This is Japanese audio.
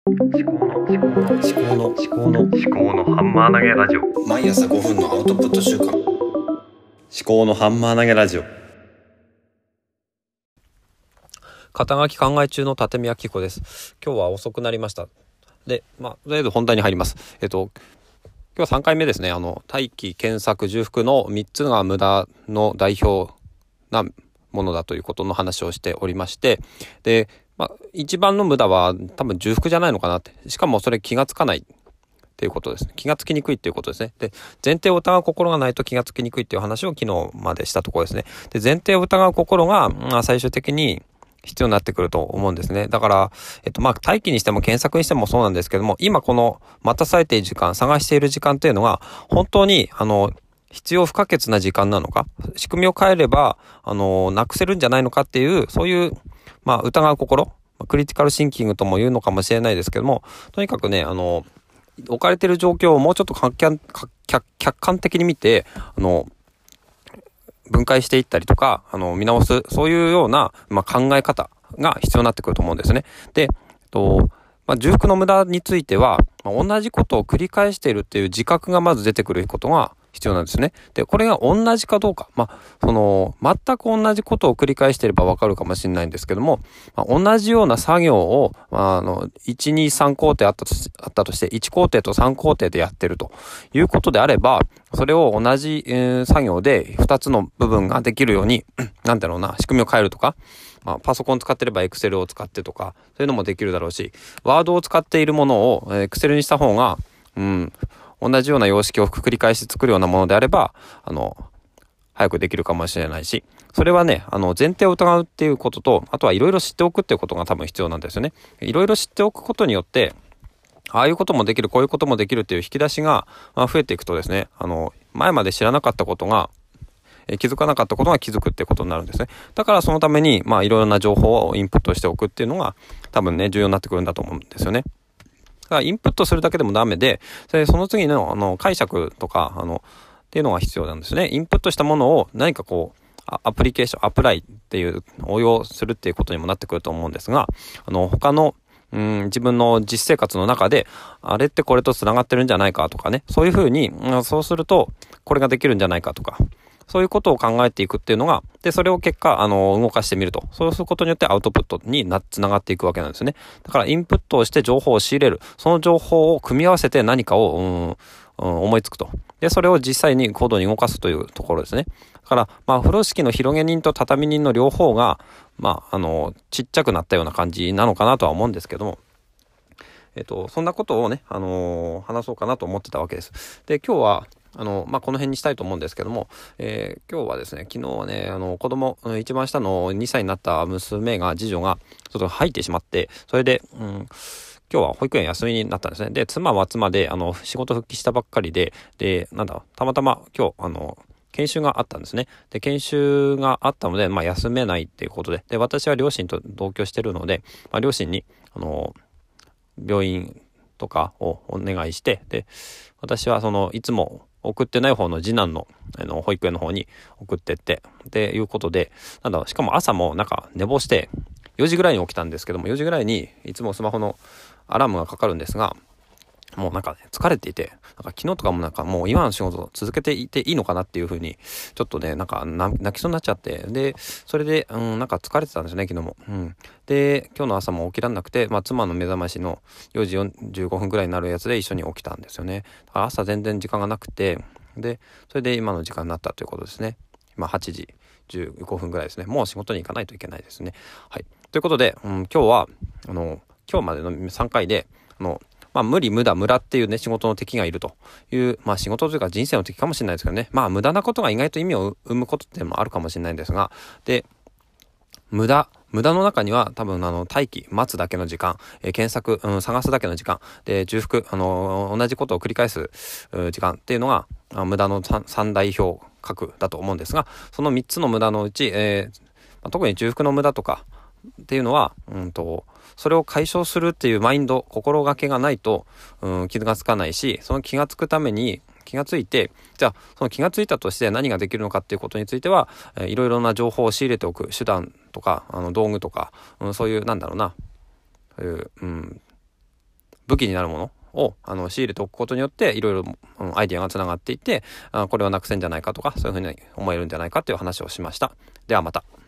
思考のハンマー投げラジオ。 毎朝5分のアウトプット週間。 思考のハンマー投げラジオ。 肩書き考え中の立見明子です。今日は遅くなりました。で、とりあえず本題に入ります。今日は3回目ですね。大気、検索、重複の3つが無駄の代表なものだということの話をしておりまして、で、一番の無駄は多分重複じゃないのかなって。しかもそれ気がつかないっていうことですね。気がつきにくいっていうことですね。で、前提を疑う心がないと気がつきにくいっていう話を昨日までしたところですね。で、前提を疑う心が、最終的に必要になってくると思うんですね。だから、待機にしても検索にしてもそうなんですけども、今この待たされている時間、探している時間っていうのが、本当に、必要不可欠な時間なのか、仕組みを変えれば、なくせるんじゃないのかっていう、そういう、疑う心、クリティカルシンキングとも言うのかもしれないですけども、とにかくね、置かれている状況をもうちょっと客観的に見て、分解していったりとか、見直す、そういうような、考え方が必要になってくると思うんですね。で、重複の無駄については、同じことを繰り返しているっていう自覚がまず出てくることが必要なんですね。で、これが同じかどうか、全く同じことを繰り返していればわかるかもしれないんですけども、同じような作業を、1、2、3工程あったとして、1工程と3工程でやってるということであれば、それを同じ、作業で2つの部分ができるように、仕組みを変えるとか、パソコン使ってれば Excel を使ってとか、そういうのもできるだろうし、ワードを使っているものを Excel にした方が、同じような様式を繰り返し作るようなものであれば、早くできるかもしれないし、それはね、前提を疑うっていうことと、あとはいろいろ知っておくっていうことが多分必要なんですよね。いろいろ知っておくことによって、ああいうこともできる、こういうこともできるっていう引き出しが増えていくとですね、前まで知らなかったことが、気づかなかったことが気づくってことになるんですね。だからそのために、いろいろな情報をインプットしておくっていうのが多分ね、重要になってくるんだと思うんですよね。だからインプットするだけでもダメで、その次の、解釈とか、っていうのが必要なんですね。インプットしたものを何かアプリケーション、アプライっていう応用するっていうことにもなってくると思うんですが、他の自分の実生活の中で、あれってこれと繋がってるんじゃないかとかね、そういうふうに、そうすると、これができるんじゃないかとか、そういうことを考えていくっていうのが、で、それを結果、動かしてみると。そうすることによってアウトプットにつながっていくわけなんですね。だから、インプットをして情報を仕入れる。その情報を組み合わせて何かを、思いつくと。で、それを実際に行動に動かすというところですね。だから、風呂敷の広げ人と畳人の両方が、ちっちゃくなったような感じなのかなとは思うんですけども、そんなことをね、話そうかなと思ってたわけです。で、今日は、この辺にしたいと思うんですけども、今日はですね、昨日はね、子供、一番下の2歳になった次女が、ちょっと吐いてしまって、それで、今日は保育園休みになったんですね。で、妻は妻で、仕事復帰したばっかりで、たまたま今日、研修があったんですね。で、研修があったので、休めないっていうことで、で、私は両親と同居してるので、両親に、病院とかをお願いして、で、私はいつも送ってない方の次男の、保育園の方に送ってって、っていうことで、しかも朝も寝坊して、4時ぐらいに起きたんですけども、4時ぐらいにいつもスマホのアラームがかかるんですが、もう疲れていて、昨日とかももう今の仕事続けていていいのかなっていう風に、ちょっとね、泣きそうになっちゃって、で、それで、疲れてたんですね、昨日も。で、今日の朝も起きらんなくて、妻の目覚ましの4時45分ぐらいになるやつで一緒に起きたんですよね。だから朝全然時間がなくて、で、それで今の時間になったということですね。今8時15分ぐらいですね。もう仕事に行かないといけないですね。はい。ということで、今日は、今日までの3回で、無理、無駄、無駄っていうね、仕事の敵がいるという、仕事というか人生の敵かもしれないですけどね。無駄なことが意外と意味を生むことっていうのもあるかもしれないんですが、で、無駄の中には多分待機、待つだけの時間、検索、探すだけの時間、で、重複、同じことを繰り返す時間っていうのが、無駄の三大表格だと思うんですが、その3つの無駄のうち、特に重複の無駄とかっていうのは、それを解消するっていうマインド、心がけがないと、気がつかないし、その気がつくために気がついて、じゃあその気がついたとして何ができるのかっていうことについては、いろいろな情報を仕入れておく手段とか道具とか、そういうそういう武器になるものを仕入れておくことによっていろいろアイディアがつながっていってこれはなくせんじゃないかとかそういうふうに思えるんじゃないかっていう話をしました。ではまた。